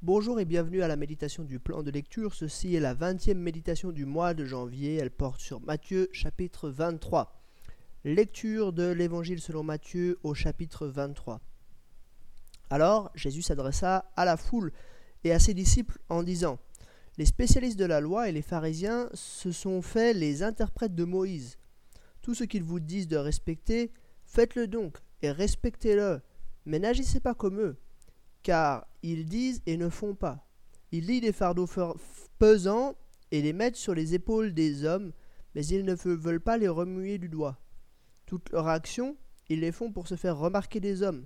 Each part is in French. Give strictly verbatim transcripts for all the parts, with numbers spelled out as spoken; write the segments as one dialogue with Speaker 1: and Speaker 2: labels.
Speaker 1: Bonjour et bienvenue à la méditation du plan de lecture. Ceci est la vingtième méditation du mois de janvier. Elle porte sur Matthieu chapitre vingt-trois. Lecture de l'évangile selon Matthieu au chapitre vingt-trois. Alors Jésus s'adressa à la foule et à ses disciples en disant : Les spécialistes de la loi et les pharisiens se sont faits les interprètes de Moïse. Tout ce qu'ils vous disent de respecter, faites-le donc et respectez-le, mais n'agissez pas comme eux. Car ils disent et ne font pas. Ils lient des fardeaux pesants et les mettent sur les épaules des hommes, mais ils ne veulent pas les remuer du doigt. Toutes leurs actions, ils les font pour se faire remarquer des hommes.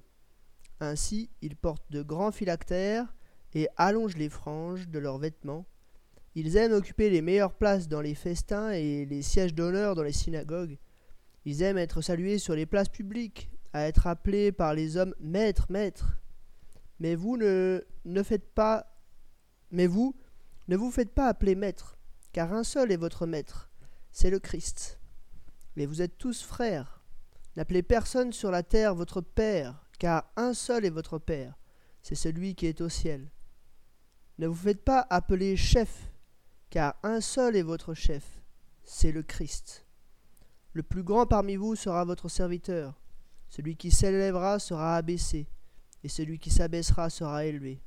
Speaker 1: Ainsi, ils portent de grands phylactères et allongent les franges de leurs vêtements. Ils aiment occuper les meilleures places dans les festins et les sièges d'honneur dans les synagogues. Ils aiment être salués sur les places publiques, à être appelés par les hommes « Maître, Maître ». Mais vous ne, ne faites pas, mais vous ne vous faites pas appeler maître, car un seul est votre maître, c'est le Christ. Mais vous êtes tous frères. N'appelez personne sur la terre votre père, car un seul est votre père, c'est celui qui est au ciel. Ne vous faites pas appeler chef, car un seul est votre chef, c'est le Christ. Le plus grand parmi vous sera votre serviteur. Celui qui s'élèvera sera abaissé, et celui qui s'abaissera sera élevé.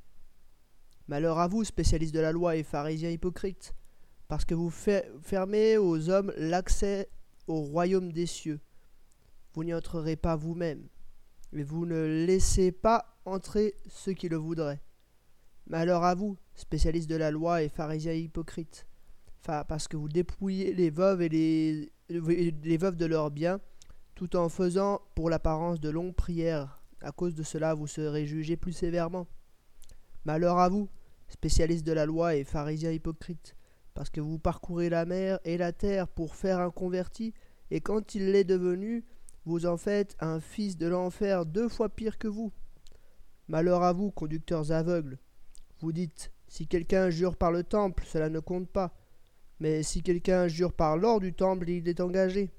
Speaker 1: Malheur à vous, spécialistes de la loi et pharisiens hypocrites, parce que vous fermez aux hommes l'accès au royaume des cieux. Vous n'y entrerez pas vous-même, et vous ne laissez pas entrer ceux qui le voudraient. Malheur à vous, spécialistes de la loi et pharisiens hypocrites, parce que vous dépouillez les veuves et les, les veuves de leurs biens, tout en faisant pour l'apparence de longues prières. À cause de cela, vous serez jugés plus sévèrement. Malheur à vous, spécialistes de la loi et pharisiens hypocrites, parce que vous parcourez la mer et la terre pour faire un converti, et quand il l'est devenu, vous en faites un fils de l'enfer deux fois pire que vous. Malheur à vous, conducteurs aveugles. Vous dites, si quelqu'un jure par le temple, cela ne compte pas. Mais si quelqu'un jure par l'or du temple, il est engagé.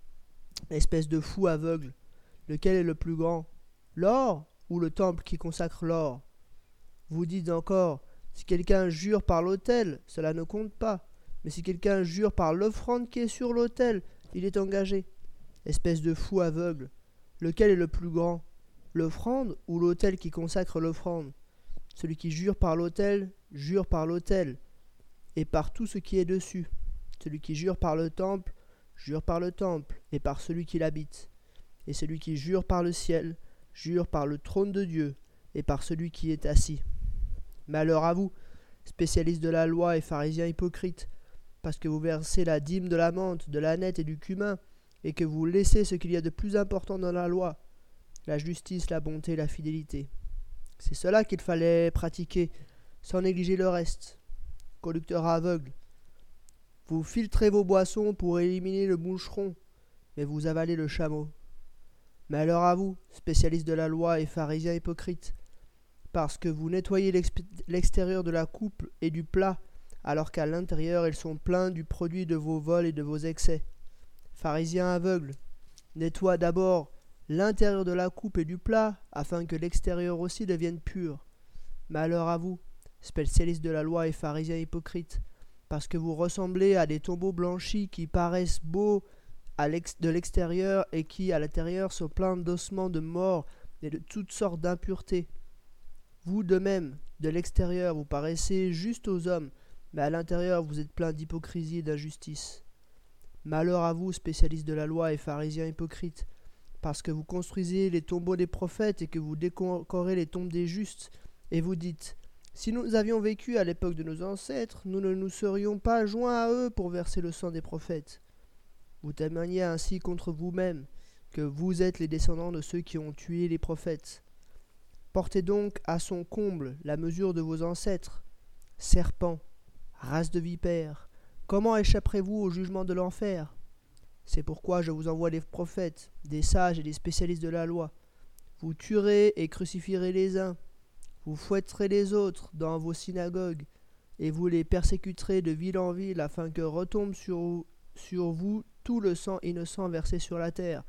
Speaker 1: Espèce de fou aveugle, lequel est le plus grand ? L'or ou le temple qui consacre l'or ? Vous dites encore, si quelqu'un jure par l'autel, cela ne compte pas. Mais si quelqu'un jure par l'offrande qui est sur l'autel, il est engagé. Espèce de fou aveugle, lequel est le plus grand ? L'offrande ou l'autel qui consacre l'offrande ? Celui qui jure par l'autel, jure par l'autel, et par tout ce qui est dessus. Celui qui jure par le temple, jure par le temple, et par celui qui l'habite. Et celui qui jure par le ciel, jure par le trône de Dieu et par celui qui est assis. Malheur à vous, spécialistes de la loi et pharisiens hypocrites, parce que vous versez la dîme de la menthe, de l'âneth et du cumin, et que vous laissez ce qu'il y a de plus important dans la loi, la justice, la bonté, la fidélité. C'est cela qu'il fallait pratiquer, sans négliger le reste. Conducteurs aveugles, vous filtrez vos boissons pour éliminer le moucheron, mais vous avalez le chameau. Malheur à vous, spécialistes de la loi et pharisiens hypocrites, parce que vous nettoyez l'extérieur de la coupe et du plat, alors qu'à l'intérieur ils sont pleins du produit de vos vols et de vos excès. Pharisiens aveugles, nettoie d'abord l'intérieur de la coupe et du plat, afin que l'extérieur aussi devienne pur. Malheur à vous, spécialistes de la loi et pharisiens hypocrites, parce que vous ressemblez à des tombeaux blanchis qui paraissent beaux de l'extérieur et qui, à l'intérieur, sont pleins d'ossements de mort et de toutes sortes d'impuretés. Vous de même, de l'extérieur, vous paraissez juste aux hommes, mais à l'intérieur, vous êtes plein d'hypocrisie et d'injustice. Malheur à vous, spécialistes de la loi et pharisiens hypocrites, parce que vous construisez les tombeaux des prophètes et que vous décorez les tombes des justes, et vous dites : si nous avions vécu à l'époque de nos ancêtres, nous ne nous serions pas joints à eux pour verser le sang des prophètes. Vous témoignez ainsi contre vous-même que vous êtes les descendants de ceux qui ont tué les prophètes. Portez donc à son comble la mesure de vos ancêtres. Serpents, race de vipères, comment échapperez-vous au jugement de l'enfer ? C'est pourquoi je vous envoie des prophètes, des sages et des spécialistes de la loi. Vous tuerez et crucifierez les uns, vous fouetterez les autres dans vos synagogues, et vous les persécuterez de ville en ville, afin que retombe sur, sur vous tout le sang innocent versé sur la terre,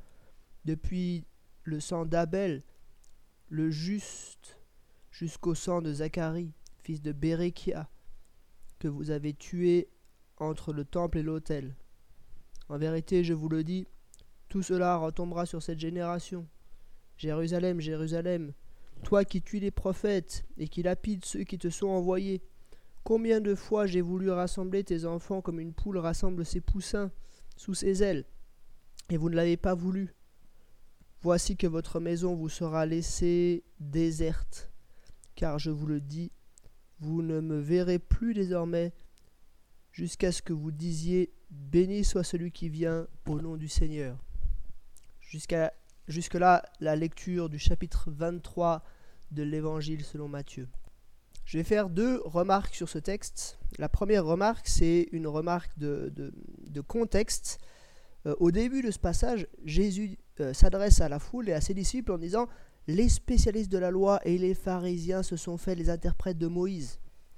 Speaker 1: depuis le sang d'Abel, le juste, jusqu'au sang de Zacharie, fils de Béréchia, que vous avez tué entre le temple et l'autel. En vérité, je vous le dis, tout cela retombera sur cette génération. Jérusalem, Jérusalem, toi qui tues les prophètes et qui lapides ceux qui te sont envoyés, combien de fois j'ai voulu rassembler tes enfants comme une poule rassemble ses poussins sous ses ailes, et vous ne l'avez pas voulu. Voici que votre maison vous sera laissée déserte, car je vous le dis, vous ne me verrez plus désormais, jusqu'à ce que vous disiez « Béni soit celui qui vient au nom du Seigneur ». Jusqu'à, jusque-là, la lecture du chapitre vingt-trois de l'Évangile selon Matthieu. Je vais faire deux remarques sur ce texte. La première remarque, c'est une remarque de, de, de contexte. Euh, au début de ce passage, Jésus euh, s'adresse à la foule et à ses disciples en disant « Les spécialistes de la loi et les pharisiens se sont faits les interprètes de Moïse ».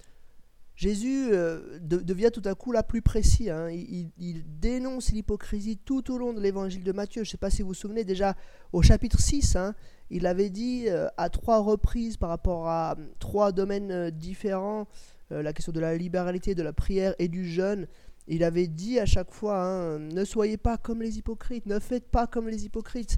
Speaker 1: Jésus euh, de, devient tout à coup là plus précis. Hein. Il, il dénonce l'hypocrisie tout au long de l'évangile de Matthieu. Je ne sais pas si vous vous souvenez, déjà au chapitre six, hein, il avait dit euh, à trois reprises par rapport à euh, trois domaines euh, différents, euh, la question de la libéralité, de la prière et du jeûne. Il avait dit à chaque fois, hein, ne soyez pas comme les hypocrites, ne faites pas comme les hypocrites.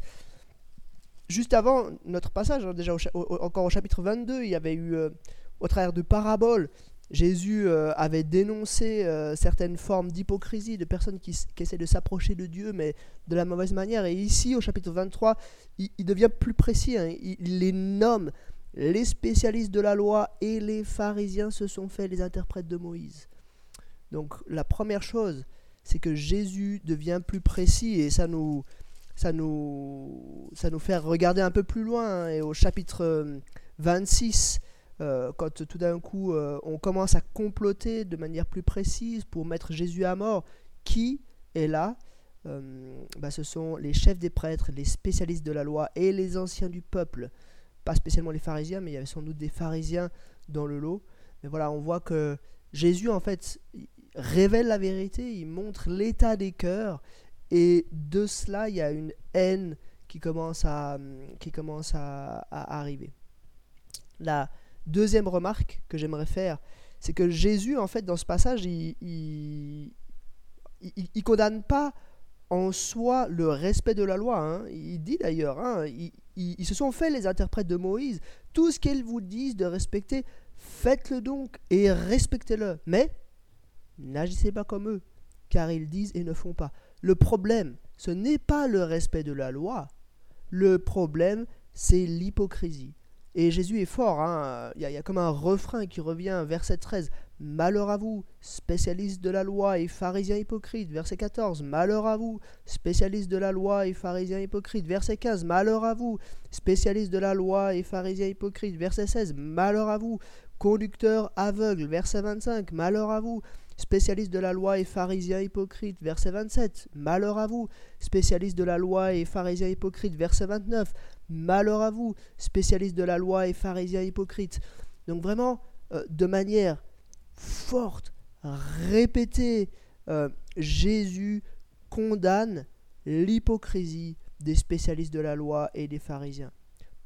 Speaker 1: Juste avant notre passage, hein, déjà au, au, encore au chapitre vingt-deux, il y avait eu, euh, au travers de paraboles, Jésus euh, avait dénoncé euh, certaines formes d'hypocrisie, de personnes qui, qui essaient de s'approcher de Dieu, mais de la mauvaise manière. Et ici, au chapitre vingt-trois, il, il devient plus précis. Hein. Il, il les nomme. Les spécialistes de la loi et les pharisiens se sont faits les interprètes de Moïse. Donc, la première chose, c'est que Jésus devient plus précis et ça nous, ça nous, ça nous fait regarder un peu plus loin. Hein. Et au chapitre vingt-six, Euh, quand tout d'un coup euh, on commence à comploter de manière plus précise pour mettre Jésus à mort, qui est là euh, bah, ce sont les chefs des prêtres, les spécialistes de la loi et les anciens du peuple, pas spécialement les pharisiens, mais il y avait sans doute des pharisiens dans le lot. Mais voilà, on voit que Jésus en fait révèle la vérité, il montre l'état des cœurs, et de cela il y a une haine qui commence à, qui commence à, à arriver. La deuxième remarque que j'aimerais faire, c'est que Jésus, en fait, dans ce passage, il, il, il, il condamne pas en soi le respect de la loi. Hein. Il dit d'ailleurs, hein, ils, ils, ils se sont fait les interprètes de Moïse. Tout ce qu'ils vous disent de respecter, faites-le donc et respectez-le. Mais n'agissez pas comme eux, car ils disent et ne font pas. Le problème, ce n'est pas le respect de la loi. Le problème, c'est l'hypocrisie. Et Jésus est fort, hein. il, y a, il y a comme un refrain qui revient, verset treize. Malheur à vous, spécialistes de la loi et pharisiens hypocrites. Verset quatorze. Malheur à vous, spécialistes de la loi et pharisiens hypocrites. Verset quinze. Malheur à vous, spécialistes de la loi et pharisiens hypocrites. Verset seize. Malheur à vous, conducteurs aveugles. Verset vingt-cinq. Malheur à vous, spécialistes de la loi et pharisiens hypocrites. Verset vingt-sept. Malheur à vous, spécialistes de la loi et pharisiens hypocrites. Verset vingt-neuf. Malheur à vous, spécialistes de la loi et pharisiens hypocrites. Donc vraiment, euh, de manière forte, répétée, euh, Jésus condamne l'hypocrisie des spécialistes de la loi et des pharisiens. Pourquoi ?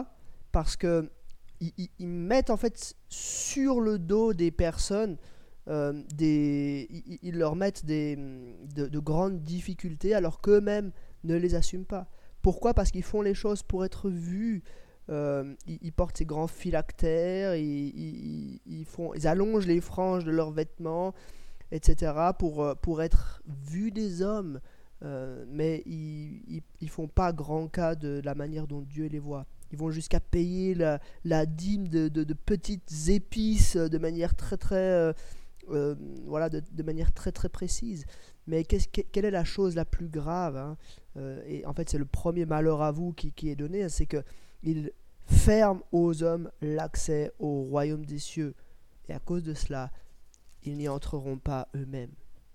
Speaker 1: Parce que ils, ils mettent en fait sur le dos des personnes, euh, des, ils, ils leur mettent des, de, de grandes difficultés alors qu'eux-mêmes ne les assument pas. Pourquoi ? Parce qu'ils font les choses pour être vus. Euh, ils, ils portent ces grands phylactères, ils, ils, ils, font, ils allongent les franges de leurs vêtements, et cetera pour, pour être vus des hommes. Euh, mais ils ne font pas grand cas de la manière dont Dieu les voit. Ils vont jusqu'à payer la, la dîme de, de, de petites épices de manière très très, euh, euh, voilà, de, de manière très très précise. Mais qu'est-ce, quelle est la chose la plus grave, hein euh, et en fait, c'est le premier malheur à vous qui, qui est donné, hein, c'est qu'il ferme aux hommes l'accès au royaume des cieux. Et à cause de cela, ils n'y entreront pas eux-mêmes.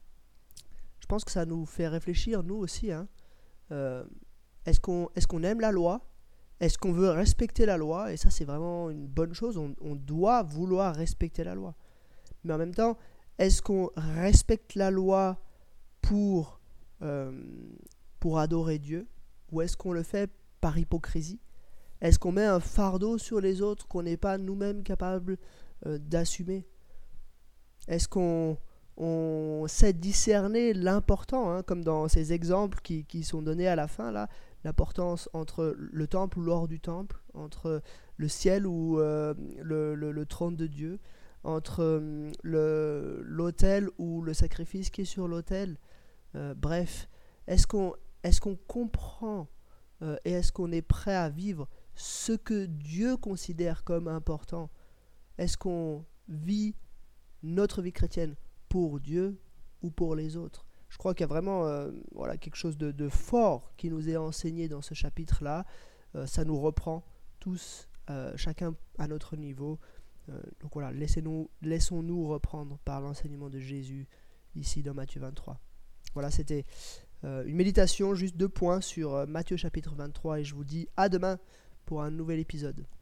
Speaker 1: Je pense que ça nous fait réfléchir, nous aussi. Hein. Euh, est-ce qu'on, est-ce qu'on aime la loi ? Est-ce qu'on veut respecter la loi ? Et ça, c'est vraiment une bonne chose. On, on doit vouloir respecter la loi. Mais en même temps, est-ce qu'on respecte la loi pour, euh, pour adorer Dieu, ou est-ce qu'on le fait par hypocrisie ? Est-ce qu'on met un fardeau sur les autres qu'on n'est pas nous-mêmes capables euh, d'assumer? Est-ce qu'on on sait discerner l'important, hein, comme dans ces exemples qui, qui sont donnés à la fin, là, l'importance entre le temple ou l'hors du temple, entre le ciel ou euh, le, le, le trône de Dieu, entre euh, le, l'autel ou le sacrifice qui est sur l'autel. Euh, bref, est-ce qu'on, est-ce qu'on comprend euh, et est-ce qu'on est prêt à vivre ce que Dieu considère comme important? Est-ce qu'on vit notre vie chrétienne pour Dieu ou pour les autres? Je crois qu'il y a vraiment euh, voilà, quelque chose de, de fort qui nous est enseigné dans ce chapitre-là. Euh, ça nous reprend tous, euh, chacun à notre niveau. Euh, donc voilà, laissez-nous, laissons-nous reprendre par l'enseignement de Jésus ici dans Matthieu vingt-trois. Voilà, c'était euh, une méditation, juste deux points sur euh, Matthieu chapitre vingt-trois, et je vous dis à demain pour un nouvel épisode.